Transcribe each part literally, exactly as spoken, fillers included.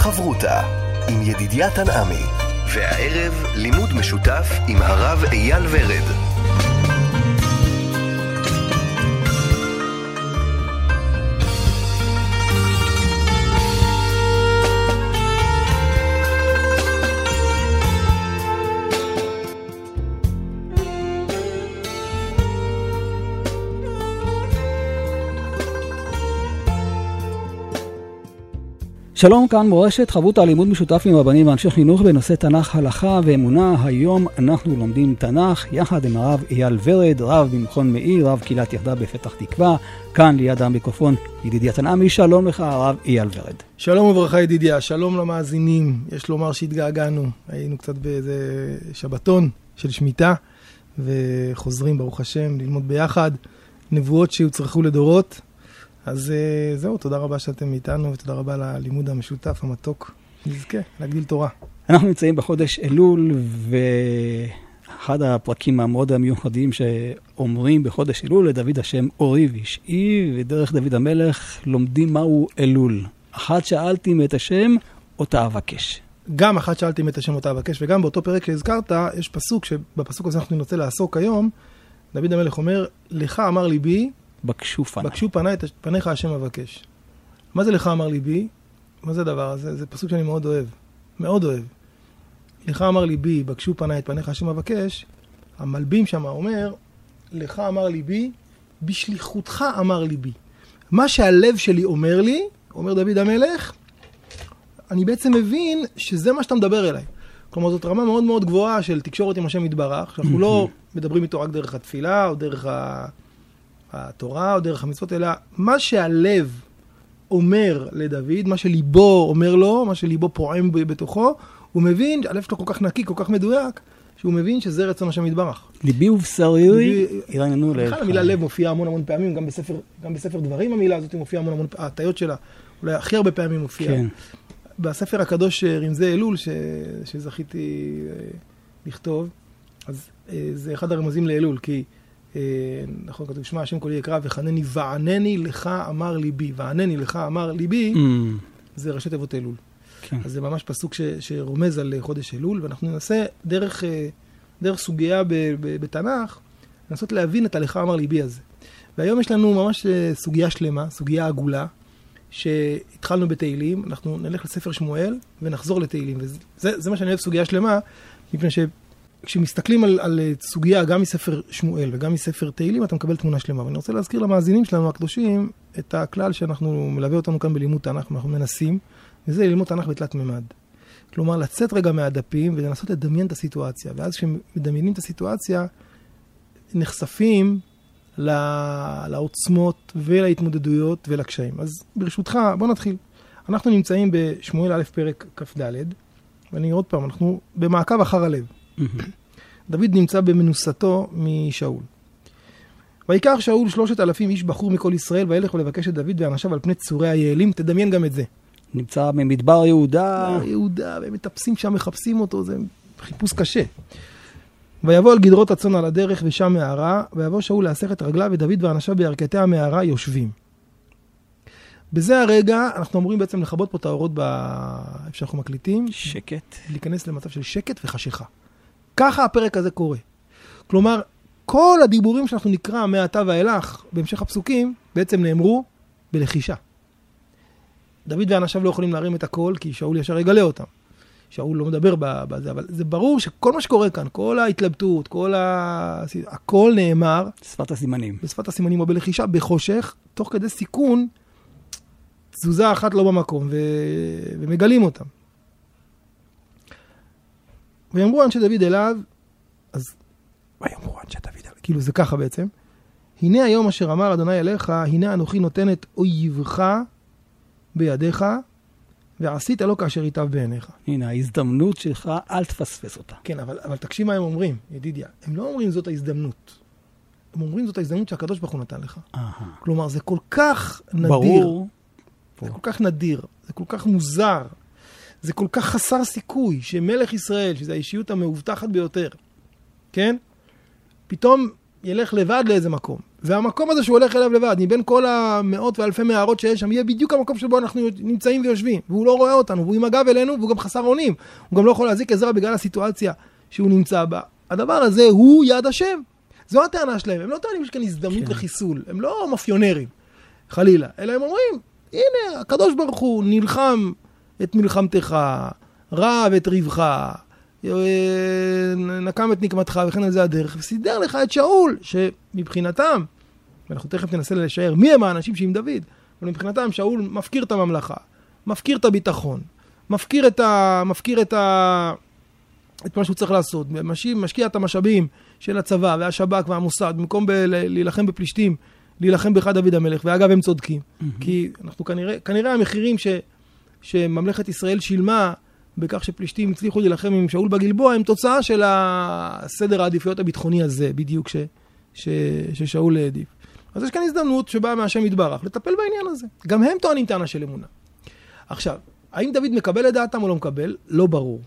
חברותה עם ידידיה תנעמי, והערב לימוד משותף עם הרב אייל ורד. שלום, כאן מורשת, חברותה, לימוד משותף עם רבנים ואנשי חינוך בנושא תנ"ך, הלכה ואמונה. היום אנחנו לומדים תנ"ך יחד עם הרב אייל ורד, רב במכון מאיר, רב קהילת יחדה בפתח תקווה. כאן ליד המיקרופון ידידיה תנעמי. שלום לך הרב אייל ורד. שלום וברכה ידידיה, שלום למאזינים. יש לומר שהתגעגענו, היינו קצת באיזה שבתון של שמיטה, וחוזרים ברוך השם ללמוד ביחד נבואות שיוצרכו לדורות. אז זהו, תודה רבה שאתם איתנו, ותודה רבה ללימוד המשותף, המתוק, נזכה להגדיל תורה. אנחנו נמצאים בחודש אלול, ואחד הפרקים המאוד המיוחדים שאומרים בחודש אלול, לדוד השם אורי וישעי, ודרך דוד המלך לומדים מהו אלול. אחת שאלתי מאת השם, אותה אבקש. גם אחת שאלתי מאת השם, אותה אבקש, וגם באותו פרק שהזכרת, יש פסוק, שבפסוק הזה אנחנו נרצה לעסוק היום, דוד המלך אומר, לך אמר ליבי, בקשו פניי. בקשו פניי, את פניך השם אבקש. מה זה לך אמר ליבי? מה זה הדבר הזה? זה פסוק שאני מאוד אוהב. מאוד אוהב. לך אמר ליבי, בקשו פניי, את פניך השם אבקש. המלבים שם אומר, לך אמר ליבי, בשליחותך אמר ליבי. מה שהלב שלי אומר לי, אומר דוד המלך, אני בעצם מבין שזה מה שאתה מדבר אליי. כלומר, זאת רמה מאוד מאוד גבוהה של תקשורת עם השם יתברך, שאנחנו לא מדברים איתו רק דרך התפילה, או דרך ה... התורה או דרך המצוות, אלא מה שהלב אומר לדוד, מה שליבו אומר לו, מה שליבו פועם בתוכו, הוא מבין, הלב שלו כל כך נקי, כל כך מדויק, שהוא מבין שזה רצון השם יתברך. ליבי ובשרי ירננו לאלך. המילה לב מופיעה המון המון פעמים, גם בספר, גם בספר דברים המילה הזאת מופיעה המון המון, ההטיות שלה, אולי הכי הרבה פעמים מופיעה. כן. בספר הקדוש רמזי אלול, ש... שזכיתי לכתוב, אז זה אחד הרמזים לאלול, כי נכון, כתוב, שמע השם קולי יקרא וחנני וענני לך אמר ליבי. וענני לך אמר ליבי, זה ראשי תיבות אלול. אז זה ממש פסוק שרומז על חודש אלול, ואנחנו ננסה דרך סוגיה בתנ"ך, לנסות להבין את הלך אמר ליבי הזה. והיום יש לנו ממש סוגיה שלמה, סוגיה עגולה, שהתחלנו בתהילים, אנחנו נלך לספר שמואל ונחזור לתהילים. וזה מה שאני אוהב סוגיה שלמה, מפני ש... כשמסתכלים על, על סוגיה גם מספר שמואל וגם מספר תהילים, אתה מקבל תמונה שלמה. ואני רוצה להזכיר למאזינים שלנו הקדושים את הכלל שאנחנו מלווה אותנו כאן בלימוד תנ"ך, אנחנו מנסים, וזה ללמוד תנ"ך בתלת ממד. כלומר, לצאת רגע מהדפים ולנסות לדמיין את הסיטואציה. ואז כשמדמיינים את הסיטואציה, נחשפים לעוצמות ולהתמודדויות ולקשיים. אז ברשותך, בוא נתחיל. אנחנו נמצאים בשמואל א' פרק כ"ד, ואני עוד פעם, אנחנו במעקב אחר הלב. דוד נמצא במנוסתו משאול. ויקח שאול שלושת אלפים איש בחור מכל ישראל, וילך ולבקש את דוד ואנשיו על פני צורי היעלים. תדמיין גם את זה. נמצא במדבר יהודה. יהודה, והם מטפסים שם, מחפשים אותו, זה חיפוש קשה. ויבוא על גדרות הצאן על הדרך ושם מערה, ויבוא שאול להסך את רגליו, ודוד ואנשיו בירכתי המערה יושבים. בזה הרגע אנחנו אמורים בעצם לכבות פה את האורות איפה שאנחנו מקליטים. שקט. להיכנס למצב של שקט וחשיכה. ככה הפרק הזה קורה. כלומר, כל הדיבורים שאנחנו נקרא מעתה ואילך בהמשך הפסוקים, בעצם נאמרו בלחישה. דוד ואנשיו לא יכולים להרים את הכל, כי שאול ישר יגלה אותם. שאול לא מדבר בזה, אבל זה ברור שכל מה שקורה כאן, כל ההתלבטות, כל ה... הכל נאמר... שפת הסימנים. בשפת הסימנים או בלחישה, בחושך, תוך כדי סיכון, תזוזה אחת לא במקום, ו... ומגלים אותם. ויאמרו אנשי דוד אליו, אז ויאמרו אנשי דוד אליו, כאילו זה ככה בעצם, הנה היום אשר אמר אדוני אליך, הנה אנוכי נותן את אויבך בידיך, ועשית לו כאשר ייטב בעיניך. הנה, ההזדמנות שלך, אל תפספס אותה. כן, אבל, אבל תקשיב מה הם אומרים, ידידיה, הם לא אומרים זאת ההזדמנות, הם אומרים זאת ההזדמנות שהקדוש ברוך הוא נתן לך. Aha. כלומר, זה כל כך נדיר, ברור. זה כל כך נדיר, זה כל כך מוזר, זה כל כך חסר סיכוי שמלך ישראל, שזו האישיות המאובטחת ביותר, כן? פתאום ילך לבד לאיזה מקום, והמקום הזה שהוא הולך אליו לבד, מבין כל המאות ואלפי מערות שיש שם, יהיה בדיוק המקום שבו אנחנו נמצאים ויושבים, והוא לא רואה אותנו, והוא עם הגב אלינו, והוא גם חסר אונים, הוא גם לא יכול להזיק עזרה בגלל הסיטואציה שהוא נמצא בה. הדבר הזה הוא יד השם. זו הטענה שלהם, הם לא טוענים שכאן הזדמנות לחיסול, הם לא מאפיונרים, חלילה, אלא הם אומרים, הנה, הקדוש ברוך הוא נלחם את מלחמתך, רב את ריבך, נקם את נקמתך, וכן על זה הדרך, וסידר לך את שאול, שמבחינתם, ואנחנו תכף ננסה לשער מי הם האנשים שעם דוד, אבל מבחינתם שאול מפקיר את הממלכה, מפקיר את הביטחון, מפקיר את ה... מפקיר את ה... את מה שהוא צריך לעשות, משקיע, משקיע את המשאבים של הצבא והשב"כ והמוסד, במקום ב- להילחם בפלישתים, להילחם באחד דוד המלך, ואגב הם צודקים, mm-hmm. כי אנחנו כנראה, כנראה המחירים ש, שממלכת ישראל שילמה, בכך שפלישתים הצליחו להילחם עם שאול בגלבוע, הם תוצאה של הסדר העדיפויות הביטחוני הזה, בדיוק ש, ש, ששאול העדיף. אז יש כאן הזדמנות שבאה מהשם יתברך, לטפל בעניין הזה. גם הם טוענים טענה של אמונה. עכשיו, האם דוד מקבל את דעתם או לא מקבל? לא ברור.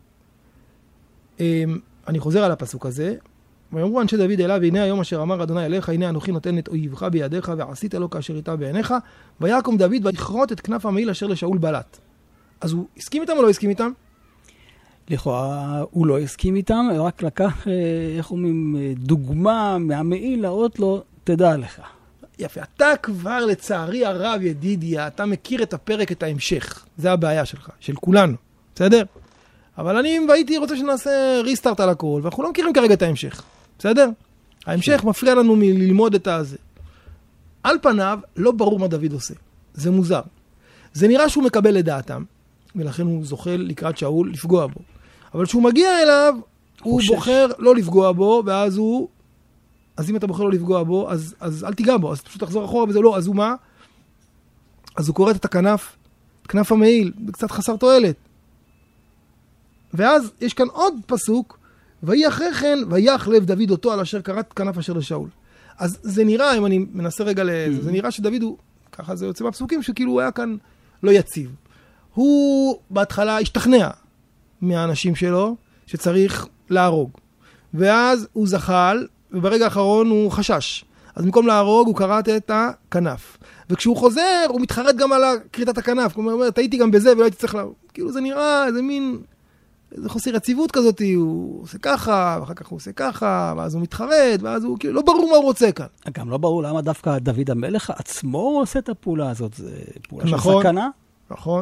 אני חוזר על הפסוק הזה, ויאמרו אנשי דוד אליו, והנה היום אשר אמר אדוני אליך, הנה אנוכי נותן את אויבך בידיך, ועשית לו כאשר איתה בעיניך, ויקום דוד ויכרות את כנף המעיל אשר לשאול בלט. אז הוא הסכים איתם או לא הסכים איתם? לכאורה הוא לא הסכים איתם, רק לקח, איך אומרים, דוגמה מהמעיל להראות לו, תדע לך. יפה, אתה כבר לצערי הרב ידידיה, אתה מכיר את הפרק, את ההמשך. זה הבעיה שלך, של כולנו, בסדר? אבל אני והייתי רוצה שנעשה ריסטארט על הכל, ואנחנו לא מכירים כרגע את ההמשך, בסדר? ההמשך מפריע לנו מללמוד את הזה. על פניו, לא ברור מה דוד עושה. זה מוזר. זה נראה שהוא מקבל לדעתם, ולכן הוא זוכל לקראת שאול לפגוע בו. אבל כשהוא מגיע אליו, הוא חושש. בוחר לא לפגוע בו, ואז הוא... אז אם אתה בוחר לא לפגוע בו, אז, אז אל תיגע בו, אז פשוט תחזור אחורה וזה לא, אז הוא מה? אז הוא קוראת את הכנף, את כנף המעיל, זה קצת חסר תועלת. ואז יש כאן עוד פסוק, ויהי אחרי כן, ויח לב דוד אותו על אשר קראת כנף אשר לשאול. אז זה נראה, אם אני מנסה רגע לזה, זה נראה שדוד הוא, ככה זה יוצא מהפסוקים, שכאילו הוא היה כאן לא יציב. הוא בהתחלה השתכנע מהאנשים שלו, שצריך להרוג. ואז הוא זחל, וברגע האחרון הוא חשש. אז במקום להרוג, הוא קראת את הכנף. וכשהוא חוזר, הוא מתחרט גם על קריאת הכנף. כלומר, הוא אומר, תהייתי גם בזה ולא הייתי צריך להרוג. כאילו זה נראה, איזה מין... זה חוסר יציבות כזאת, הוא עושה ככה, ואחר כך הוא עושה ככה, ואז הוא מתחרט, ואז הוא כאילו, לא ברור מה הוא רוצה כאן. גם לא ברור למה דווקא דוד המלך עצמו עושה את הפעולה הזאת, זה פעולה נכון, של סכנה. נכון.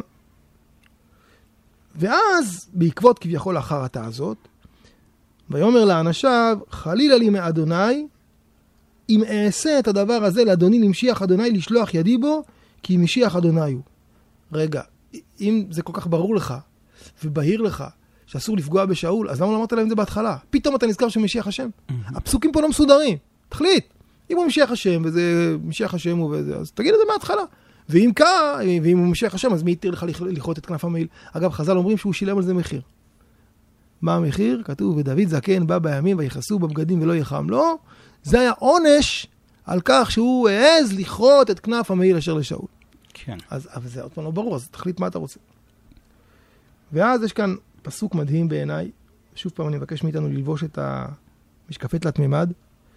ואז, בעקבות כביכול החרטה הזאת, ויאמר לאנשיו, חלילה לי מאדוני, אם אעשה את הדבר הזה לאדוני למשיח אדוני לשלוח ידי בו, כי משיח אדוני הוא. רגע, אם זה כל כך ברור לך, ובהיר לך, שאסור לפגוע בשאול, אז למה לא אמרת להם זה בהתחלה? פתאום אתה נזכר שמשיח השם. הפסוקים פה לא מסודרים. תחליט. אם הוא משיח השם, וזה משיח השם הוא וזה, אז תגיד את זה מההתחלה. ואם כך, ואם הוא משיח השם, אז מי יתיר לך לכרות את כנף המעיל? אגב, חז"ל אומרים שהוא שילם על זה מחיר. מה המחיר? כתוב, ודוד זקן בא בימים ויכסו בבגדים ולא יחם. לא, זה היה עונש על כך שהוא העז לכרות את כנף המעיל אשר לשאול. כן. אז, אבל זה עוד פעם לא ברור, אז תחליט מה אתה רוצה. ואז יש כאן פסוק מדהים בעיניי, שוב פעם אני מבקש מאיתנו ללבוש את המשקפי תלת מימד.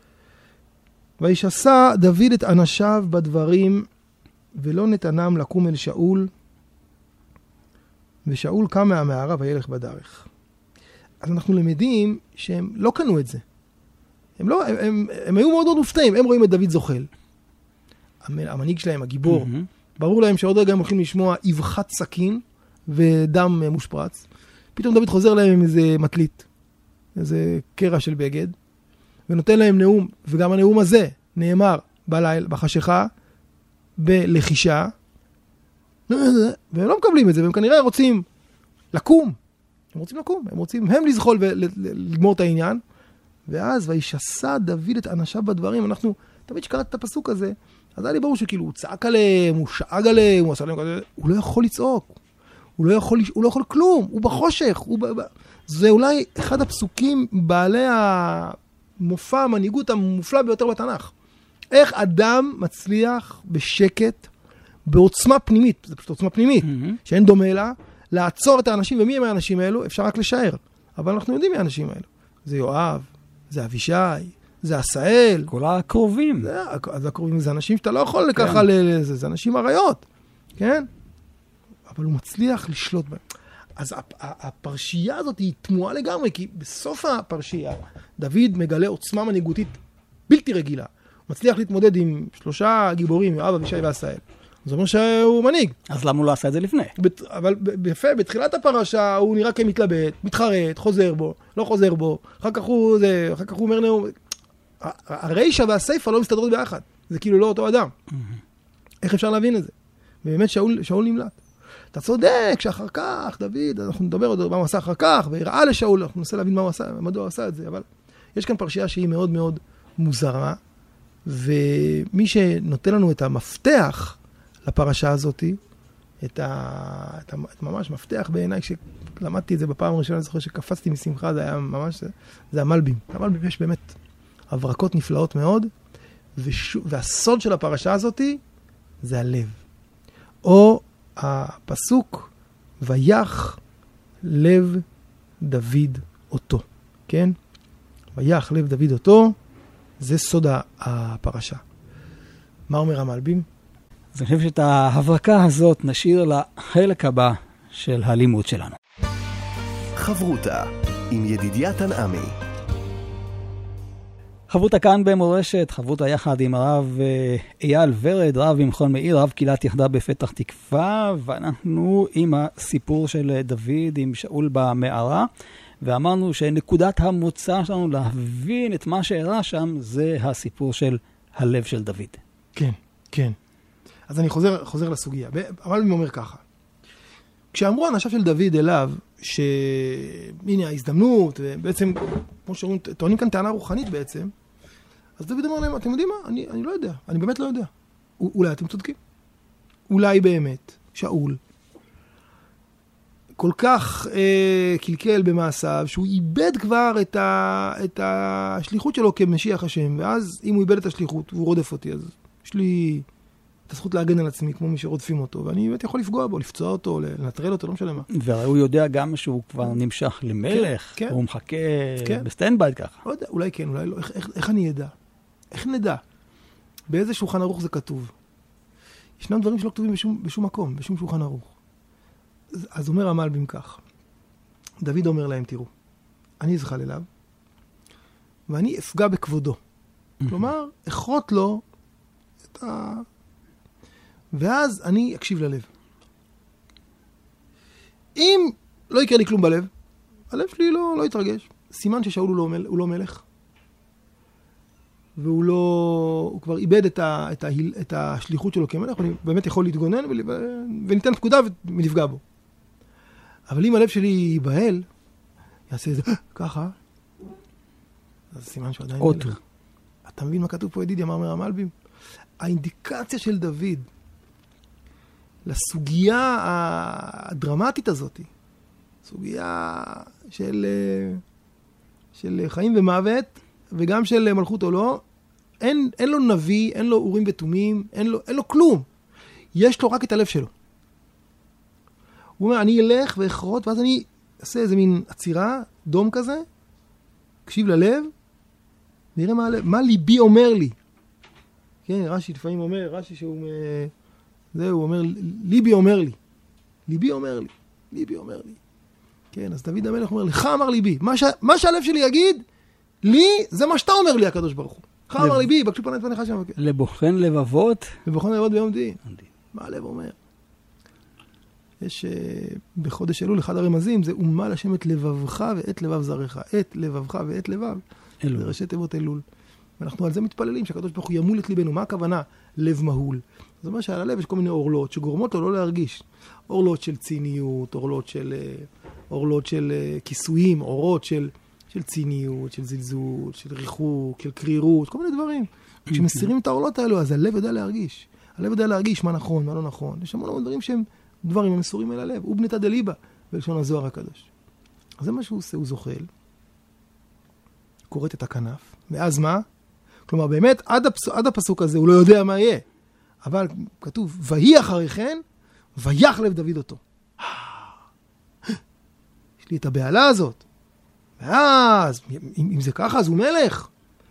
וישסע דוד את אנשיו בדברים, ולא נתנם לקום אל שאול, ושאול קם מהמערה וילך בדרך. אז אנחנו למדים שהם לא קנו את זה. הם, לא, הם, הם, הם היו מאוד מאוד מופתעים, הם רואים את דוד זוחל. המנהיג שלהם, הגיבור, mm-hmm. ברור להם שעוד רגע הם הולכים לשמוע אבחת סכין, ודם מושפרץ. פתאום דוד חוזר להם עם איזה מטלית, איזה קרע של בגד, ונותן להם נאום, וגם הנאום הזה נאמר בלילה, בחשיכה, בלחישה, והם לא מקבלים את זה, והם כנראה רוצים לקום. הם רוצים לקום, הם רוצים הם לזחול ולגמור את העניין, ואז וישסע דוד את אנשיו בדברים. אנחנו, תמיד שקראת את הפסוק הזה, אז היה לי ברור שכאילו הוא צעק עליהם, הוא שאג עליהם, הוא עשה להם כזה, הוא לא יכול לצעוק. הוא לא יכול, הוא לא יכול כלום, הוא בחושך. הוא ב... זה אולי אחד הפסוקים בעלי המופע, המנהיגות המופלא ביותר בתנ"ך. איך אדם מצליח בשקט, בעוצמה פנימית, זה פשוט עוצמה פנימית, mm-hmm. שאין דומה לה, לעצור את האנשים, ומי הם האנשים האלו? אפשר רק לשער. אבל אנחנו יודעים מי האנשים האלו. זה יואב, זה אבישי, זה עשאל. כל הקרובים. זה, אז הקרובים זה אנשים שאתה לא יכול ככה לזה, זה אנשים עריות, כן? אבל הוא מצליח לשלוט בהם. אז הפרשייה הזאת היא תמוהה לגמרי, כי בסוף הפרשייה, דוד מגלה עוצמה מנהיגותית בלתי רגילה. הוא מצליח להתמודד עם שלושה גיבורים, יואב, אבישי ועשאל. זה אומר שהוא מנהיג. אז למה הוא לא עשה את זה לפני? אבל יפה, בתחילת הפרשה הוא נראה כמתלבט, מתחרט, חוזר בו, לא חוזר בו. אחר כך הוא, זה, אחר כך הוא אומר נאום. הריישה והסייפה לא מסתדרות ביחד. זה כאילו לא אותו אדם. איך אפשר להבין את זה? באמת שאול, שאול נמלט. אתה צודק שאחר כך, דוד, אנחנו נדבר עוד מה הוא עשה אחר כך, והראה לשאול, אנחנו ננסה להבין מה הוא עשה, מדוע הוא עשה את זה, אבל יש כאן פרשייה שהיא מאוד מאוד מוזרה, ומי שנותן לנו את המפתח לפרשה הזאת, את, ה... את, ה... את ממש מפתח בעיניי, כשלמדתי את זה בפעם הראשונה, אני זוכר שקפצתי משמחה, זה היה ממש, זה המלבים. המלבים יש באמת הברקות נפלאות מאוד, וש... והסוד של הפרשה הזאת זה הלב. או הפסוק, ויח לב דוד אותו, כן? ויח לב דוד אותו, זה סוד הפרשה. מה אומר המלבים? אז אני חושב שאת ההברקה הזאת נשאיר לחלק הבא של הלימוד שלנו. חברותה עם ידידיה תנעמי. חברותה כאן במורשת, חברותה יחד עם הרב אייל ורד, רב במכון מאיר, רב קהילת יחדה בפתח תקווה, ואנחנו עם הסיפור של דוד עם שאול במערה, ואמרנו שנקודת המוצא שלנו להבין את מה שאירע שם, זה הסיפור של הלב של דוד. כן, כן. אז אני חוזר, חוזר לסוגיה. אבל אני אומר ככה. כשאמרו אנשיו של דוד אליו, שהנה ההזדמנות, ובעצם, כמו שאומרים, טוענים כאן טענה רוחנית בעצם, אז דוד אמר להם, אתם יודעים מה? אני, אני לא יודע. אני באמת לא יודע. אולי אתם צודקים. אולי באמת, שאול, כל כך אה, קלקל במעשיו, שהוא איבד כבר את, ה, את השליחות שלו כמשיח השם, ואז אם הוא איבד את השליחות, והוא רודף אותי, אז יש לי את הזכות להגן על עצמי, כמו מי שרודפים אותו, ואני באמת יכול לפגוע בו, לפצוע אותו, לנטרל אותו, לא משנה מה. והוא יודע גם שהוא כבר נמשך למלך, כן, הוא מחכה כן. בסטנדבייט ככה. לא יודע, אולי כן, אולי לא. איך, איך, איך אני ידע? איך נדע? באיזה שולחן ערוך זה כתוב? ישנם דברים שלא כתובים בשום, בשום מקום, בשום שולחן ערוך. אז, אז אומר המלבים כך. דוד אומר להם, תראו, אני אזחל אליו, ואני אפגע בכבודו. כלומר, אכרות לו את ה... ואז אני אקשיב ללב. אם לא יקרה לי כלום בלב, הלב שלי לא, לא יתרגש. סימן ששאול הוא לא, הוא לא מלך. והוא לא, הוא כבר איבד את, ה, את, ה, את השליחות שלו כמלך, ואני באמת יכול להתגונן וניתן פקודה ונפגע בו. אבל אם הלב שלי ייבהל, יעשה את זה ככה, אז סימן שהוא עדיין מלך. אתה מבין מה כתוב פה, ידידיה, מה אומר המלבים? האינדיקציה של דוד לסוגיה הדרמטית הזאת, סוגיה של, של חיים ומוות, וגם של מלכות או לא, אין, אין לו נביא, אין לו אורים ותומים, אין לו, אין לו כלום. יש לו רק את הלב שלו. הוא אומר, אני אלך ואחרות, ואז אני אעשה איזה מין עצירה, דום כזה, קשיב ללב, נראה מה, מה ליבי אומר לי. כן, רש"י לפעמים אומר, רש"י שהוא, זהו, הוא אומר, ליבי אומר לי. ליבי אומר לי. ליבי אומר לי. כן, אז דוד המלך אומר, לך אמר ליבי. מה, ש... מה שהלב שלי יגיד, לי, זה מה שאתה אומר לי, הקדוש ברוך הוא. לך לב... אמר ליבי, בקשו פני תפניך שם. לבוחן לבבות. לבוחן לבבות ביום דין. מה הלב אומר? יש uh, בחודש אלול, אחד הרמזים, זה אומה לשם את לבבך ואת לבב זרעך. את לבבך ואת לבב. אלול. זה ראשי תיבות אלול. ואנחנו על זה מתפללים, שהקדוש ברוך הוא ימול את ליבנו. מה הכוונה? לב מהול. זאת אומרת שעל הלב יש כל מיני אורלות שגורמות לו לא להרגיש. אורלות של ציניות, אורלות של, אורלות של כיסויים, אורות של, של ציניות, של זלזול, של ריחוק, של קרירות, כל מיני דברים. כשמסירים את האורלות האלו, אז הלב יודע להרגיש. הלב יודע להרגיש מה נכון, מה לא נכון. יש המון דברים שהם דברים המסורים אל הלב. הוא בנתא דליבא, בלשון הזוהר הקדוש. אז זה מה שהוא עושה, הוא זוחל. קוראת את הכנף. ואז מה? כלומר, באמת, עד, הפס... עד הפסוק הזה הוא לא יודע מה יהיה. אבל כתוב, ויהי אחרי כן, ויח לב דוד אותו. יש לי את הבעלה הזאת. ואז, אם, אם זה ככה, אז הוא מלך.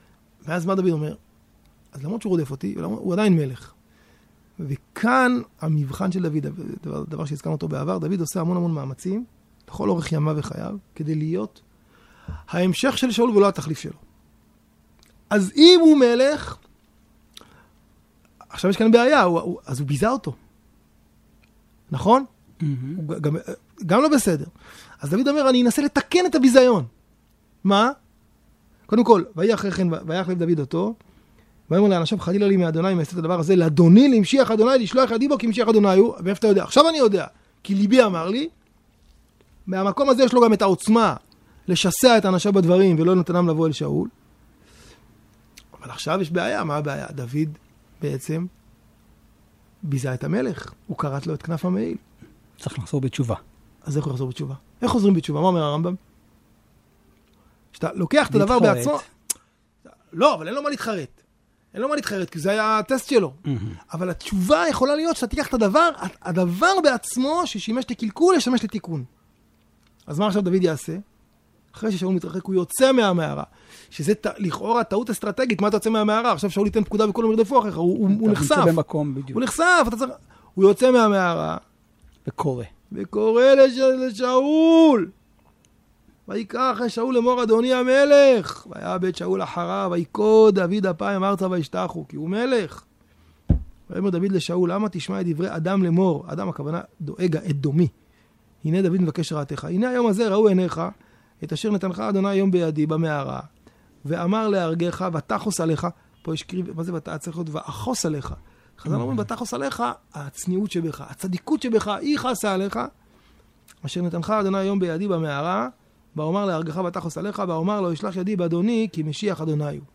ואז מה דוד אומר? אז למרות שהוא רודף אותי, הוא עדיין מלך. וכאן המבחן של דוד, דבר, דבר שהזכרנו אותו בעבר, דוד עושה המון המון מאמצים, לכל אורך ימיו וחייו, כדי להיות ההמשך של שאול ולא התחליף שלו. אז אם הוא מלך, עכשיו יש כאן בעיה, הוא, הוא, אז הוא ביזה אותו. נכון? Mm-hmm. הוא גם, גם לא בסדר. אז דוד אומר, אני אנסה לתקן את הביזיון. מה? קודם כל, ויהי אחרי כן, ויחלף דוד אותו, ואומר לאנשיו, חלילה לי מאדוני, אם אעשה את הדבר הזה, לאדוני, להמשיך אדוני, לשלוח ידי בו, כי המשיך אדוני הוא, ואיפה אתה יודע? עכשיו אני יודע, כי ליבי אמר לי, מהמקום הזה יש לו גם את העוצמה, לשסע את האנשיו בדברים, ולא נתנם לבוא אל שאול. אבל עכשיו יש בעיה, מה הבעיה? דוד בעצם ביזה את המלך, הוא קראת לו את כנף המעיל. צריך לחזור בתשובה. אז איך הוא יחזור בתשובה? איך חוזרים בתשובה? מה אומר הרמב"ם? שאתה לוקח את הדבר בעצמו... לא, אבל אין לו מה להתחרט. אין לו מה להתחרט, כי זה היה הטסט שלו. אבל התשובה יכולה להיות שאתה תיקח את הדבר, הדבר בעצמו ששימש לקלקול, ישמש לתיקון. אז מה עכשיו דוד יעשה? אחרי ששאול מתרחק, הוא יוצא מהמערה. שזה לכאורה טעות אסטרטגית, מה אתה יוצא מהמערה? עכשיו שאול ייתן פקודה וכולם ירדפו אחריך, הוא נחשף. הוא נחשף, הוא יוצא מהמערה. וקורא. וקורא לשאול. ויקרא אחרי שאול לאמור אדוני המלך. והיה בית שאול אחריו, ויקוד דוד אפיים ארצה וישתחו, כי הוא מלך. ואמר דוד לשאול, למה תשמע את דברי אדם לאמור? אדם הכוונה דואג את דומי. הנה דוד מבקש רעתך. הנה היום הזה ראו עיניך, את אשר נתנך אדוני היום בידי במערה. ואמר להרגך ותחוס עליך. פה יש קריב, מה זה ותחוס צריך להיות? ואחוס עליך. חז"ל אומרים ותחוס עליך, הצניעות שבך, הצדיקות שבך, היא חסה עליך. אשר נתנך אדוני היום בידי במערה. ואומר להרגך ותחוס עליך, ואומר לו, ישלח ידי באדוני, כי משיח אדוני הוא.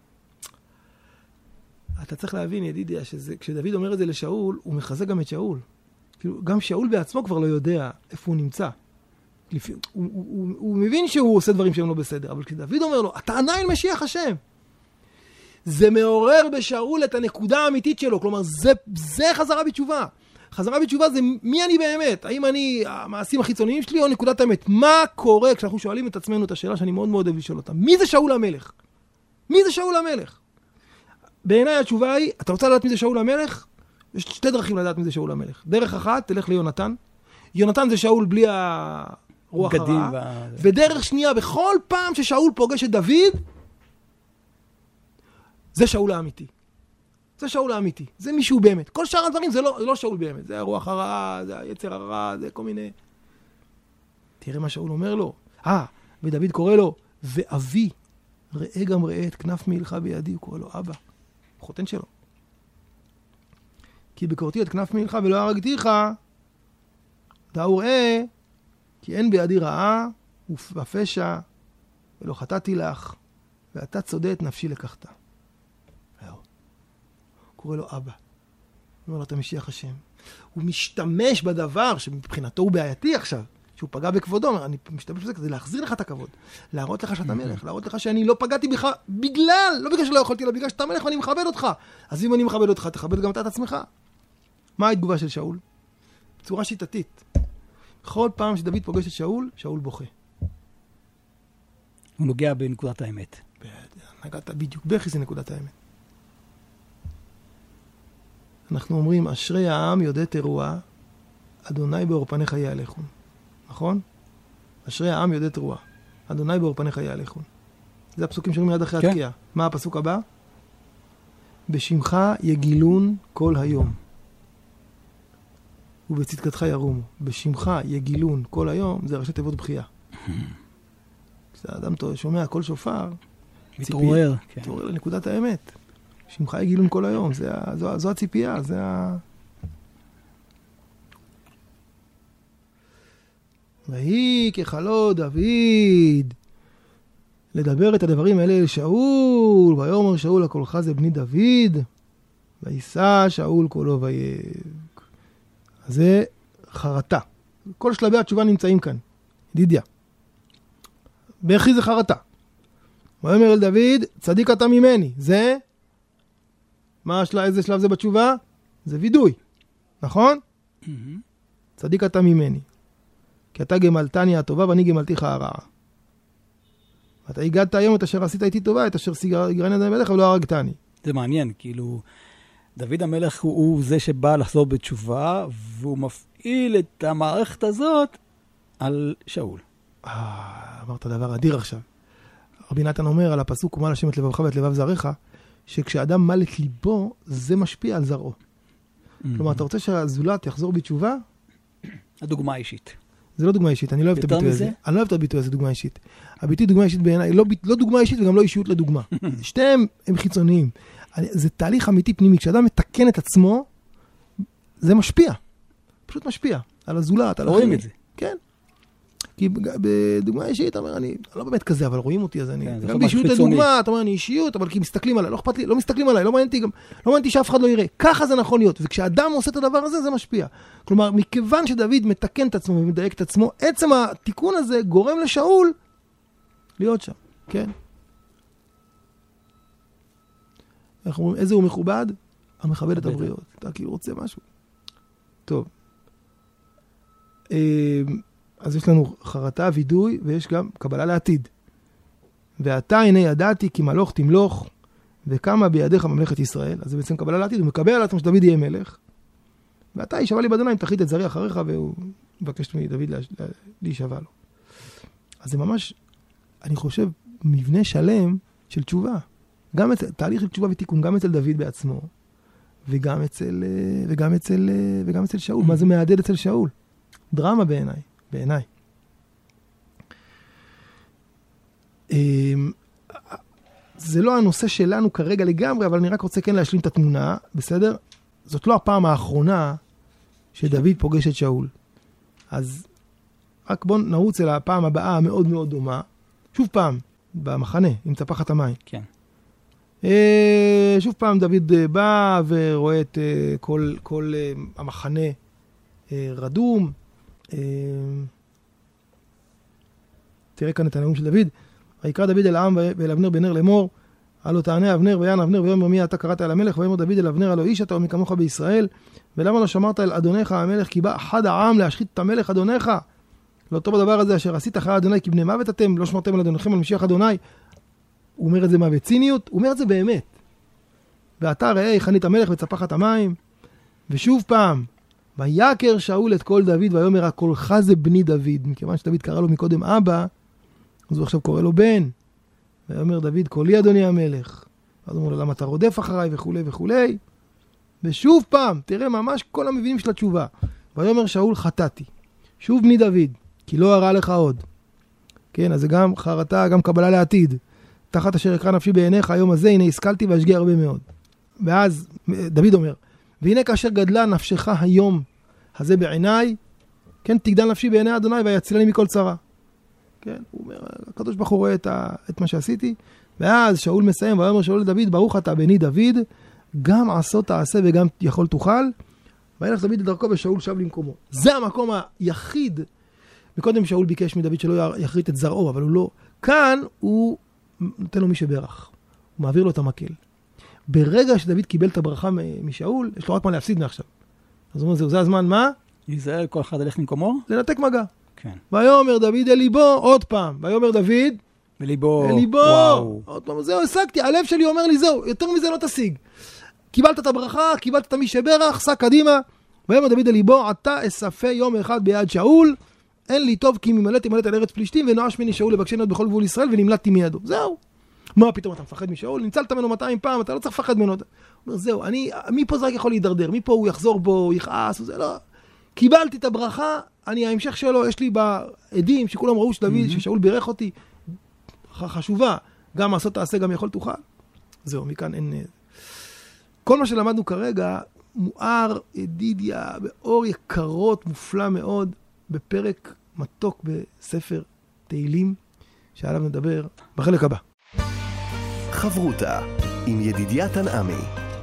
אתה צריך להבין, ידידי, שכשדוד אומר את זה לשאול, הוא מחזק גם את שאול. כאילו, גם שאול בעצמו כבר לא יודע איפה הוא נמצא. לפי, הוא, הוא, הוא, הוא מבין שהוא עושה דברים שהם לא בסדר, אבל כשדוד אומר לו, אתה עדיין משיח השם. זה מעורר בשאול את הנקודה האמיתית שלו, כלומר, זה, זה חזרה בתשובה. חזרה בתשובה זה מי אני באמת? האם אני המעשים החיצוניים שלי או נקודת האמת? מה קורה כשאנחנו שואלים את עצמנו את השאלה שאני מאוד מאוד אוהב לשאול אותה? מי זה שאול המלך? מי זה שאול המלך? בעיניי התשובה היא, אתה רוצה לדעת מי זה שאול המלך? יש שתי דרכים לדעת מי זה שאול המלך. דרך אחת, תלך ליונתן. יונתן זה שאול בלי הרוח הרעה. ו... ודרך שנייה, בכל פעם ששאול פוגש את דוד, זה שאול האמיתי. זה שאול האמיתי. זה מישהו באמת. כל שאר הדברים זה לא, זה לא שאול באמת. זה הרוח הרעה, זה היצר הרע, זה כל מיני... תראה מה שאול אומר לו. אה, ודוד קורא לו, ואבי, ראה גם ראה את כנף מעילך בידי, הוא קורא לו אבא. חותן שלו. כי בקורתי את כנף מעילך ולא הרגתיך, דאו ראה, כי אין בידי רעה ופשע, ולא חטאתי לך, ואתה צודק את נפשי לקחת. קורא לו אבא. הוא אומר לו, אתה משיח השם. הוא משתמש בדבר שמבחינתו הוא בעייתי עכשיו, שהוא פגע בכבודו. אומר, אני משתמש בזה כדי להחזיר לך את הכבוד. להראות לך שאתה מלך, להראות לך שאני לא פגעתי בך בגלל, לא בגלל שלא יכולתי לה, בגלל שאתה מלך ואני מכבד אותך. אז אם אני מכבד אותך, תכבד גם אתה את עצמך. מה התגובה של שאול? בצורה שיטתית. בכל פעם שדוד פוגש את שאול, שאול בוכה. הוא נוגע בנקודת האמת. נגעת בדיוק, בכי זה נקודת האמת. אנחנו אומרים, אשרי העם יודע תרועה, אדוני באור פניך יהלכון. נכון? אשרי העם יודע תרועה, אדוני באור פניך יהלכון. זה הפסוקים שאומרים מיד אחרי כן. התקיעה. מה הפסוק הבא? בשמך יגילון כל היום. ובצדקתך ירומו. בשמך יגילון כל היום, זה ראשי תיבות בחייה. כשאדם שומע כל שופר, מתעורר. מתעורר לנקודת האמת. שמך יגילון כל היום, זה, זו, זו הציפייה, זה ה... ויהי כחלו דוד, לדבר את הדברים האלה אל שאול, ויאמר שאול הקולך זה בני דוד, וישא שאול קולו ויבק. אז זה חרטה. כל שלבי התשובה נמצאים כאן. ידידיה. בכי זה חרטה. ויאמר אל דוד, צדיק אתה ממני. זה... מה השלב, איזה שלב זה בתשובה? זה וידוי, נכון? Mm-hmm. צדיק אתה ממני. כי אתה גמלתני הטובה ואני גמלתיך הרעה. אתה הגעת היום את אשר עשית איתי טובה, את אשר סגרני ידי מלך, אבל לא הרגתני. זה מעניין, כאילו, דוד המלך הוא, הוא זה שבא לחזור בתשובה, והוא מפעיל את המערכת הזאת על שאול. אה, אמרת דבר אדיר עכשיו. רבי נתן אומר על הפסוק, ומה להשם את לבבך ואת לבב זרעך, שכשאדם מל את ליבו, זה משפיע על זרעו. כלומר, אתה רוצה שהזולת יחזור בתשובה? הדוגמה האישית. זה לא דוגמה אישית, אני לא אוהב את הביטוי הזה. אני לא אוהב את הביטוי הזה, דוגמה אישית. הביטוי דוגמה אישית בעיניי, לא, לא דוגמה אישית וגם לא אישיות לדוגמה. שתיהם הם חיצוניים. זה תהליך אמיתי פנימי. כשאדם מתקן את עצמו, זה משפיע. פשוט משפיע. על הזולת, על רואים את זה. כן. כי בדוגמה אישית, אתה אומר, אני לא באמת כזה, אבל רואים אותי, אז אני... גם באישיות לדוגמה, אתה אומר, אני אישיות, אבל כי מסתכלים עליי, לא אכפת לי, לא מסתכלים עליי, לא מעניין אותי גם, לא מעניין אותי שאף אחד לא יראה. ככה זה נכון להיות. וכשאדם עושה את הדבר הזה, זה משפיע. כלומר, מכיוון שדוד מתקן את עצמו ומדייק את עצמו, עצם התיקון הזה גורם לשאול להיות שם. כן? איך אומרים, איזה הוא מכובד? המכבד את הבריות. אתה כאילו רוצה משהו. טוב. אז יש לנו חרטה, וידוי, ויש גם קבלה לעתיד. ואתה הנה ידעתי כי מלוך תמלוך, וקמה בידיך ממלכת ישראל. אז זה בעצם קבלה לעתיד, הוא מקבל על עצמו שדוד יהיה מלך. ואתה ישבה לי באדוני, אם תחית את זרי אחריך, והוא מבקש מדוד להישבע לו. אז זה ממש, אני חושב, מבנה שלם של תשובה. גם אצל, תהליך של תשובה ותיקון, גם אצל דוד בעצמו, וגם אצל, וגם אצל, וגם אצל שאול. מה זה מעדד אצל שאול? דרמה בעיניי. בעיניי. זה לא הנושא שלנו כרגע לגמרי, אבל אני רק רוצה כן להשלים את התמונה, בסדר? זאת לא הפעם האחרונה שדוד פוגש את שאול. אז רק בואו נרוץ אל הפעם הבאה המאוד מאוד דומה. שוב פעם, במחנה, עם צפחת המים. כן. שוב פעם דוד בא ורואה את כל, כל המחנה רדום. תראה כאן את הנאום של דוד. ויקרא דוד אל העם ואל אבנר בן נר לאמור, הלא תענה אבנר ויען אבנר ויאמר מי אתה קראת אל המלך, ויאמר דוד אל אבנר הלא איש אתה ומי כמוך בישראל, ולמה לא שמרת אל אדונך המלך כי בא אחד העם להשחית את המלך אדונך? לא טוב הדבר הזה אשר עשית אחרי אדוני כי בני מוות אתם, לא שמרתם על אדונכם על משיח אדוני. הוא אומר את זה מה בציניות? הוא אומר את זה באמת. ואתה ראה חנית המלך וצפחת המים. ושוב פעם, ויקר שאול את כל דוד ויאמר הקולך זה בני דוד. מכיוון שדוד קרא לו מקודם אבא, אז הוא עכשיו קורא לו בן. ויאמר דוד קולי אדוני המלך. אז הוא אומר לו למה אתה רודף אחריי וכו' וכו'. ושוב פעם, תראה ממש כל המבינים של התשובה. ויאמר שאול חטאתי. שוב בני דוד, כי לא הרע לך עוד. כן, אז זה גם חרטה, גם קבלה לעתיד. תחת אשר יקרא נפשי בעיניך היום הזה, הנה השכלתי ואשגיע הרבה מאוד. ואז דוד אומר, והנה כאשר גדלה נפשך היום הזה בעיניי, כן, תגדל נפשי בעיני אדוני ויצילני מכל צרה. כן, הוא אומר, הקדוש ברוך הוא רואה את, ה, את מה שעשיתי, ואז שאול מסיים, ואומר שאול לדוד, ברוך אתה בני דוד, גם עשות תעשה וגם יכול תוכל, וילך דוד לדרכו ושאול שב למקומו. זה המקום היחיד, מקודם שאול ביקש מדוד שלא יחריט את זרעו, אבל הוא לא, כאן הוא נותן לו מי שברך, הוא מעביר לו את המקל. ברגע שדוד קיבל את הברכה משאול, יש לו רק מה להפסיד מעכשיו. אז הוא אומר, זה הזמן מה? יזהר כל אחד הלך למקומו? לנתק מגע. כן. ויאמר דוד אל ליבו, עוד פעם. ויאמר דוד, בליבו. אל ליבו. וואו. עוד פעם, זהו, השגתי. הלב שלי אומר לי, זהו, יותר מזה לא תשיג. קיבלת את הברכה, קיבלת את מי שברך, סע קדימה. ויאמר דוד אל ליבו, אתה אספה יום אחד ביד שאול, אין לי טוב כי ממלאתי מלאת על ארץ פלישתים, ונואש ממני שאול לבקשני בכל גבול ישראל, ונמלטתי מידו. זהו. מה פתאום אתה מפחד משאול? ניצלת ממנו מאתיים פעם, אתה לא צריך לפחד ממנו. הוא אומר, זהו, אני, מפה זה רק יכול להידרדר, מפה הוא יחזור בו, הוא יכעס, וזה לא. קיבלתי את הברכה, אני ההמשך שלו, יש לי בעדים שכולם ראו שדוד, mm-hmm. ששאול בירך אותי, חשובה, גם לעשות תעשה, גם יכול תוכל. זהו, מכאן אין... כל מה שלמדנו כרגע, מואר, ידידיה, באור יקרות, מופלא מאוד, בפרק מתוק בספר תהילים, שעליו נדבר בחלק הבא. חברותה עם ידידיה תנעמי.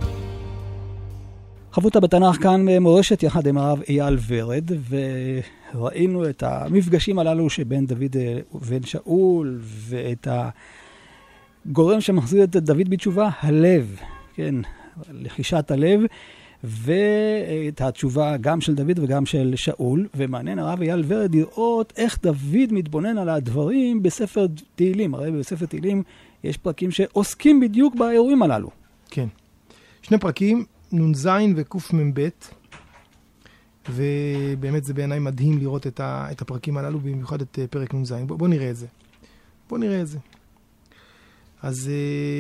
חברותה בתנ"ך כאן מורשת יחד עם הרב אייל ורד, וראינו את המפגשים הללו שבין דוד ובין שאול, ואת הגורם שמחזיר את דוד בתשובה, הלב, כן, לחישת הלב, ואת התשובה גם של דוד וגם של שאול, ומעניין הרב אייל ורד לראות איך דוד מתבונן על הדברים בספר תהילים. הרי בספר תהילים יש פרקים שעוסקים בדיוק באירועים הללו. כן. שני פרקים, נ"ז וקמ"ב, ובאמת זה בעיניי מדהים לראות את, ה, את הפרקים הללו, במיוחד את פרק נ"ז. בוא, בוא נראה את זה. בוא נראה את זה. אז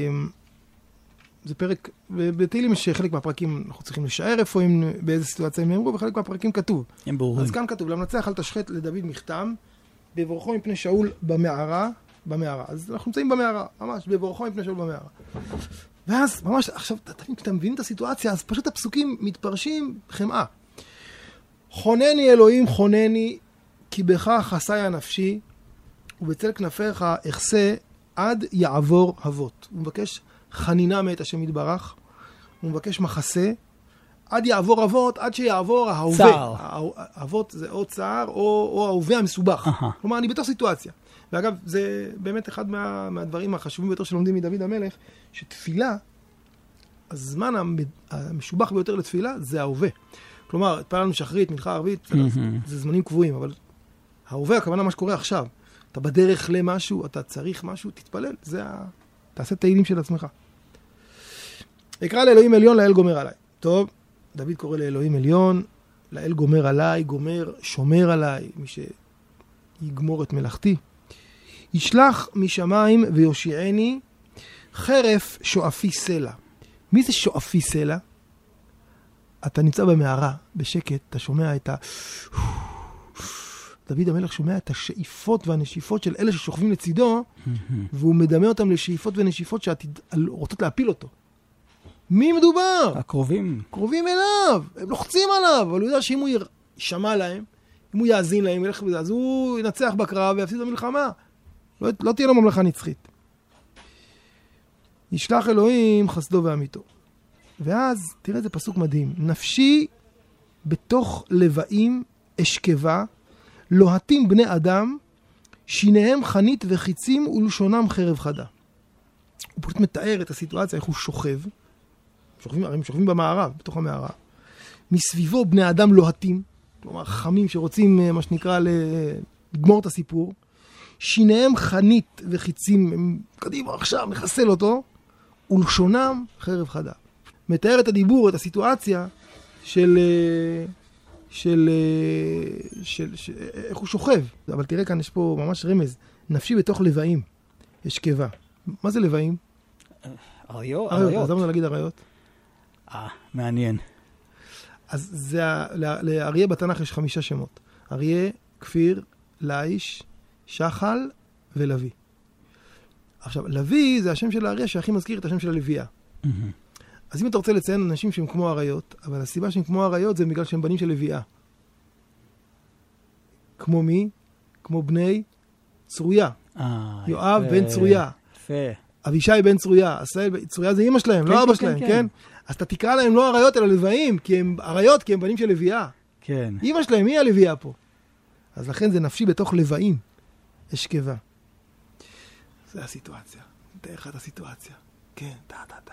זה פרק, בתהילים יש חלק מהפרקים, אנחנו צריכים לשער איפה הם, באיזה סיטואציה הם נאמרו, וחלק מהפרקים כתוב. הם ברורים. אז כאן כתוב, למנצח אל תשחט לדוד מכתם, בברכו מפני שאול במערה, במערה. אז אנחנו נמצאים במערה, ממש, בברכו מפני שאול במערה. ואז, ממש, עכשיו, אתה מבין את הסיטואציה, אז פשוט הפסוקים מתפרשים חמאה. חונני אלוהים, חונני, כי בך חסי הנפשי, ובצל כנפיך אחסה עד יעבור אבות. הוא מבקש חנינה מאת השם יתברך, הוא מבקש מחסה, עד יעבור אבות, עד שיעבור ההווה. צער. אבות זה או צער, או, או ההווה המסובך. Uh-huh. כלומר, אני בתוך סיטואציה. ואגב, זה באמת אחד מה, מהדברים החשובים ביותר שלומדים מדוד המלך, שתפילה, הזמן המשובח ביותר לתפילה, זה ההווה. כלומר, התפללנו שחרית, מנחה ערבית, mm-hmm. זה זמנים קבועים, אבל ההווה, הכוונה מה שקורה עכשיו. אתה בדרך למשהו, אתה צריך משהו, תתפלל. זה ה... תעשה תהילים של עצמך. אקרא לאלוהים עליון, לאל גומר עליי. טוב, דוד קורא לאלוהים עליון, לאל גומר עליי, גומר, שומר עליי, מי שיגמור את מלאכתי. ישלח משמיים ויושיעני חרף שואפי סלע. מי זה שואפי סלע? אתה נמצא במערה, בשקט, אתה שומע את ה... דוד המלך שומע את השאיפות והנשיפות של אלה ששוכבים לצידו, והוא מדמה אותם לשאיפות ונשיפות שרוצות להפיל אותו. מי מדובר? הקרובים. קרובים אליו, הם לוחצים עליו, אבל הוא יודע שאם הוא ישמע להם, אם הוא יאזין להם, אז הוא ינצח בקרב ויפסיד במלחמה. לא, לא תהיה לו ממלכה נצחית. ישלח אלוהים חסדו ואמיתו. ואז, תראה איזה פסוק מדהים. נפשי בתוך לבאים אשכבה, לוהטים בני אדם, שיניהם חנית וחיצים ולשונם חרב חדה. הוא פשוט מתאר את הסיטואציה, איך הוא שוכב. שוכבים, הרי הם שוכבים במערה, בתוך המערה. מסביבו בני אדם לוהטים, כלומר חמים שרוצים, מה שנקרא, לגמור את הסיפור. שיניהם חנית וחיצים, הם קדימה עכשיו, מחסל אותו, ולשונם חרב חדה. מתאר את הדיבור, את הסיטואציה של, של, של, של, איך הוא שוכב. אבל תראה כאן, יש פה ממש רמז. נפשי בתוך לבאים, אשכבה. מה זה לבאים? אריות. אריות. אז למה להגיד אריות? אה, מעניין. אז זה, לאריה בתנ"ך יש חמישה שמות. אריה, כפיר, לאיש, שחל ולוי. עכשיו, לוי זה השם של האריה שהכי מזכיר את השם של הלוויה. Mm-hmm. אז אם אתה רוצה לציין אנשים שהם כמו אריות, אבל הסיבה שהם כמו אריות זה בגלל שהם בנים של לוויה. כמו מי? כמו בני צרויה. אה, יואב יפה, בן צרויה. יפה. אבישי בן צרויה. צרויה זה אמא שלהם, כן, לא אבא כן, שלהם, כן, כן? כן? אז אתה תקרא להם לא אריות אלא לוויים, כי הם אריות, כי הם בנים של לוויה. כן. אמא שלהם, מי הלוויה פה? אז לכן זה נפשי בתוך לבאים. אשכבה. זה הסיטואציה. דרך את הסיטואציה. כן, דה, דה, דה.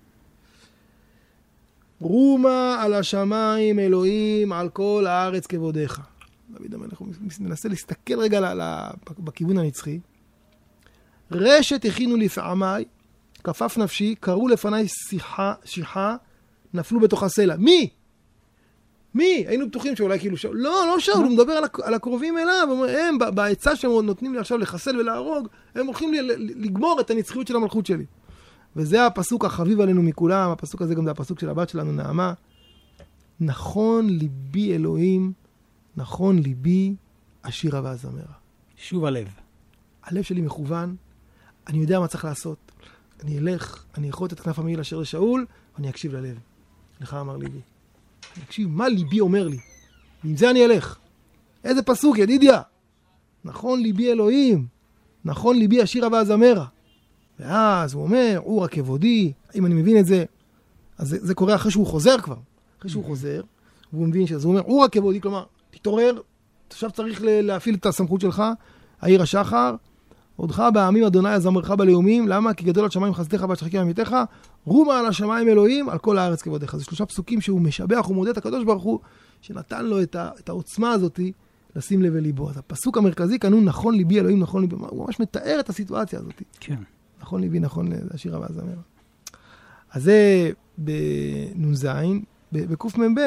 רומה על השמיים אלוהים על כל הארץ כבודיך. דוד המלך הוא מנסה להסתכל רגע בכיוון הנצחי. רשת הכינו לפעמי, כפף נפשי, קראו לפניי שיחה, שיחה, נפלו בתוך הסלע. מי? מי? היינו בטוחים שאולי כאילו שאול. לא, לא שאול, הוא מדבר על הקרובים אליו. הם, בעצה שהם נותנים לי עכשיו לחסל ולהרוג, הם הולכים לי לגמור את הנצחיות של המלכות שלי. וזה הפסוק החביב עלינו מכולם. הפסוק הזה גם זה הפסוק של הבת שלנו, נעמה. נכון ליבי אלוהים, נכון ליבי השירה והזמרה. שוב הלב. הלב שלי מכוון, אני יודע מה צריך לעשות. אני אלך, אני אחות את כנף המעיל אשר לשאול, ואני אקשיב ללב. לך אמר ליבי. אני אקשיב מה ליבי אומר לי. ועם זה אני אלך. איזה פסוק, ידידיה. נכון ליבי אלוהים, נכון ליבי השירה והזמרה. ואז הוא אומר, אורה כבודי, אם אני מבין את זה, אז זה, זה קורה אחרי שהוא חוזר כבר. אחרי שהוא חוזר, והוא מבין שזה, הוא אומר, אורה כבודי, כלומר, תתעורר, עכשיו צריך להפעיל את הסמכות שלך, העיר השחר, עודך בעמים אדוני הזמרך בלאומים, למה? כי גדול על שמיים חסדיך והשחקים עמיתך, רומה על השמיים אלוהים, על כל הארץ כבודיך. זה שלושה פסוקים שהוא משבח ומודה את הקדוש ברוך הוא, שנתן לו את, ה, את העוצמה הזאת לשים לב ליבו. אז הפסוק המרכזי כאן הוא נכון ליבי אלוהים, נכון ליבי, הוא ממש מתאר את הסיטואציה הזאת. כן. נכון ליבי, נכון לשיר הבא זמר. אז זה בנ"ז, בקמ"ב,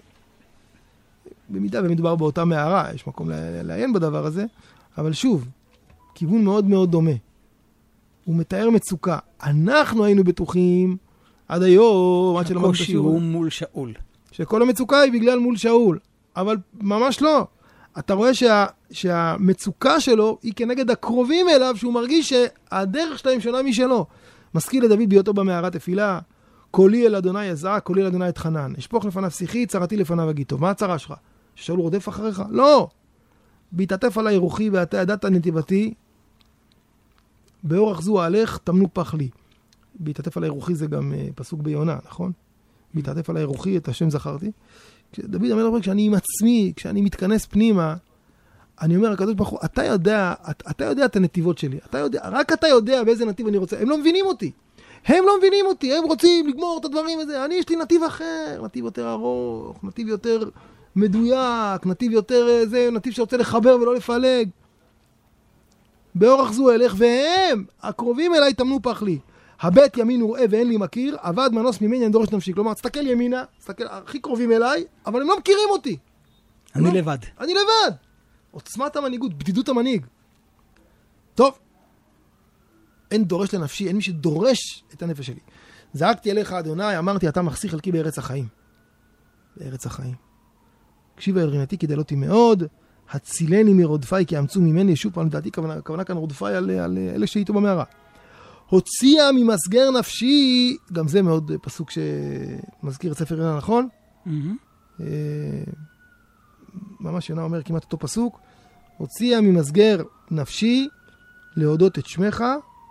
במידה ומדובר באותה מערה, יש מקום לעיין בדבר הזה, אבל שוב, כיוון מאוד מאוד דומה. הוא מתאר מצוקה. אנחנו היינו בטוחים עד היום, עד שלמדנו הקושי הוא מול שאול. שכל המצוקה היא בגלל מול שאול, אבל ממש לא. אתה רואה שה, שהמצוקה שלו היא כנגד הקרובים אליו, שהוא מרגיש שהדרך שלהם שונה משלו. משכיל לדוד בהיותו במערת תפילה, קולי אל אדוני יזעק, קולי אל אדוני אתחנן. אשפוך לפניו שיחי, צרתי לפניו אגיטוב. מה הצרה שלך? ששאול רודף אחריך? לא! בהתעטף עליי רוחי ואתה ידעת נתיבתי, באורח זו ההלך תמנו פח לי. בהתעטף עליי רוחי זה גם uh, פסוק ביונה, נכון? בהתעטף עליי רוחי, את השם זכרתי. דוד המלך אומר, כשאני עם עצמי, כשאני מתכנס פנימה, אני אומר, הקדוש ברוך הוא, אתה יודע, אתה, אתה יודע את הנתיבות שלי. אתה יודע, רק אתה יודע באיזה נתיב אני רוצה. הם לא מבינים אותי. הם לא מבינים אותי. הם רוצים לגמור את הדברים הזה. אני, יש לי נתיב אחר. נתיב יותר ארוך, נתיב יותר מדויק, נתיב יותר, זה, נתיב שרוצה לחבר ולא לפלג. באורח זו אלך, והם, הקרובים אליי, תמנו פח לי. הבית ימין וראה ואין לי מכיר, עבד מנוס ממני, אני דורש נפשי. כלומר, תסתכל ימינה, תסתכל, הכי קרובים אליי, אבל הם לא מכירים אותי. אני לא, לבד. אני לבד. עוצמת המנהיגות, בדידות המנהיג. טוב. אין דורש לנפשי, אין מי שדורש את הנפש שלי. זעקתי אליך, אדוני, אמרתי, אתה מחסי חלקי בארץ החיים. בארץ החיים. הקשיבה אל רינתי, כדלותי מאוד, הצילני מרודפיי, כי אמצו ממני, ישוב פעם לדעתי, כוונה, כוונה כאן רודפיי על, על אלה שאיתו במערה. הוציאה ממסגר נפשי, גם זה מאוד פסוק שמזכיר את ספר יונה, נכון? Mm-hmm. ממש יונה אומר כמעט אותו פסוק, הוציאה ממסגר נפשי להודות את שמך,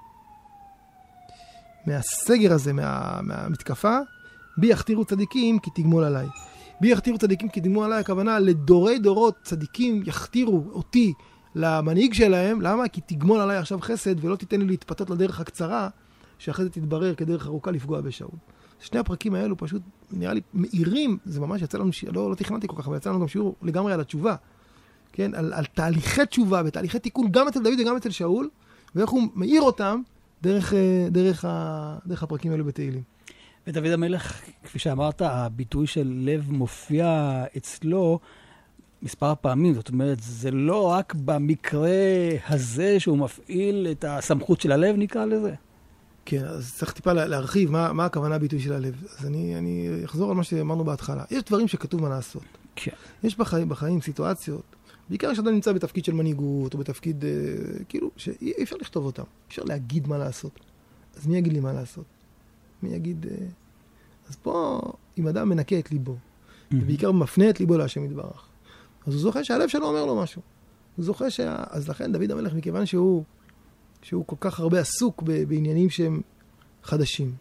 מהסגר הזה, מה, מהמתקפה, בי יכתירו צדיקים כי תגמול עליי. בי יכתירו צדיקים כי תגמול עליי, הכוונה לדורי דורות צדיקים יכתירו אותי למנהיג שלהם, למה? כי תגמול עליי עכשיו חסד ולא תיתן לי להתפתות לדרך הקצרה, שאחרי זה תתברר כדרך ארוכה לפגוע בשאול. שני הפרקים האלו פשוט נראה לי מאירים, זה ממש יצא לנו, לא, לא תכננתי כל כך, אבל יצא לנו גם שיעור לגמרי על התשובה, כן? על, על תהליכי תשובה ותהליכי תיקון גם אצל דוד וגם אצל שאול, ואיך הוא מאיר אותם דרך, דרך, דרך הפרקים האלו בתהילים. ודוד המלך, כפי שאמרת, הביטוי של לב מופיע אצלו מספר פעמים, זאת אומרת, זה לא רק במקרה הזה שהוא מפעיל את הסמכות של הלב, נקרא לזה. כן, אז צריך טיפה להרחיב מה, מה הכוונה הביטוי של הלב. אז אני, אני אחזור על מה שאמרנו בהתחלה. יש דברים שכתוב מה לעשות. כן. יש בחיים, בחיים סיטואציות, בעיקר כשאדם נמצא בתפקיד של מנהיגות, או בתפקיד, אה, כאילו, שאי אפשר לכתוב אותם. אפשר להגיד מה לעשות. אז מי יגיד לי מה לעשות? מי יגיד... אה... אז פה, אם אדם מנקה את ליבו, mm-hmm. ובעיקר מפנה את ליבו להשם יתברך, אז הוא זוכה שהלב שלו אומר לו משהו. הוא זוכה שה... אז לכן דוד המלך, מכיוון שהוא, שהוא כל כך הרבה עסוק ב... בעניינים שהם חדשים,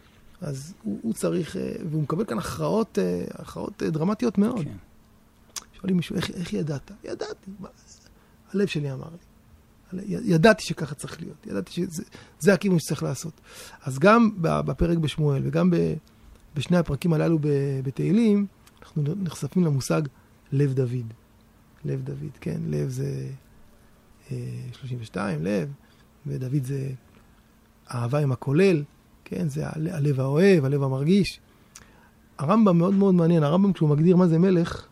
אז הוא, הוא צריך, והוא מקבל כאן הכרעות, הכרעות דרמטיות מאוד. כן. שואלים מישהו, איך, איך ידעת? ידעתי. הלב שלי אמר לי. ידעתי שככה צריך להיות. ידעתי שזה זה הכיוון שצריך לעשות. אז גם בפרק בשמואל וגם ב, בשני הפרקים הללו בתהילים, אנחנו נחשפים למושג לב דוד. לב דוד, כן? לב זה אה, שלושים ושתיים, לב, ודוד זה אהבה עם הכולל, כן? זה הלב האוהב, הלב המרגיש. הרמב"ם מאוד מאוד מעניין. הרמב"ם כשהוא מגדיר מה זה מלך,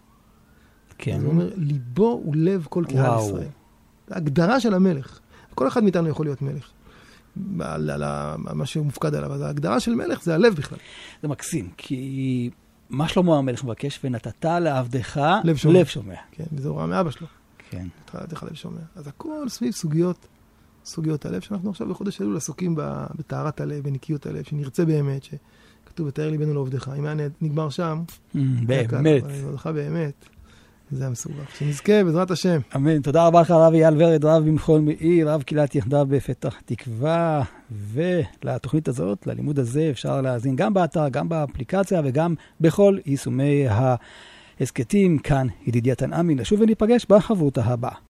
כן. הוא אומר, ליבו הוא לב כל קהל ישראל. זה ההגדרה של המלך. כל אחד מאיתנו יכול להיות מלך. על, על, על מה שמופקד עליו. אז ההגדרה של מלך זה הלב בכלל. זה מקסים, כי מה שלמה המלך מבקש, ונתת לעבדך לב שומע. לב שומע. כן, וזה הוראה מאבא שלו. כן. נתת לעבדך לב שומע. אז הכל סביב סוגיות, סוגיות הלב, שאנחנו עכשיו בחודש אלול עסוקים בטהרת הלב, בנקיות הלב, שנרצה באמת, שכתוב, ותאר ליבנו לעובדך. אם היה נגמר שם, באמת. לעובדך באמת. זה המסובך. שנזכה בעזרת השם. אמן. תודה רבה לך, רב אייל ורד, רב במכון מאיר, רב קהילת יחדיו בפתח תקווה. ולתוכנית הזאת, ללימוד הזה, אפשר להאזין גם באתר, גם באפליקציה וגם בכל יישומי ההסקטים. כאן ידידיה תנעמי. נשוב וניפגש בחברותה הבאה.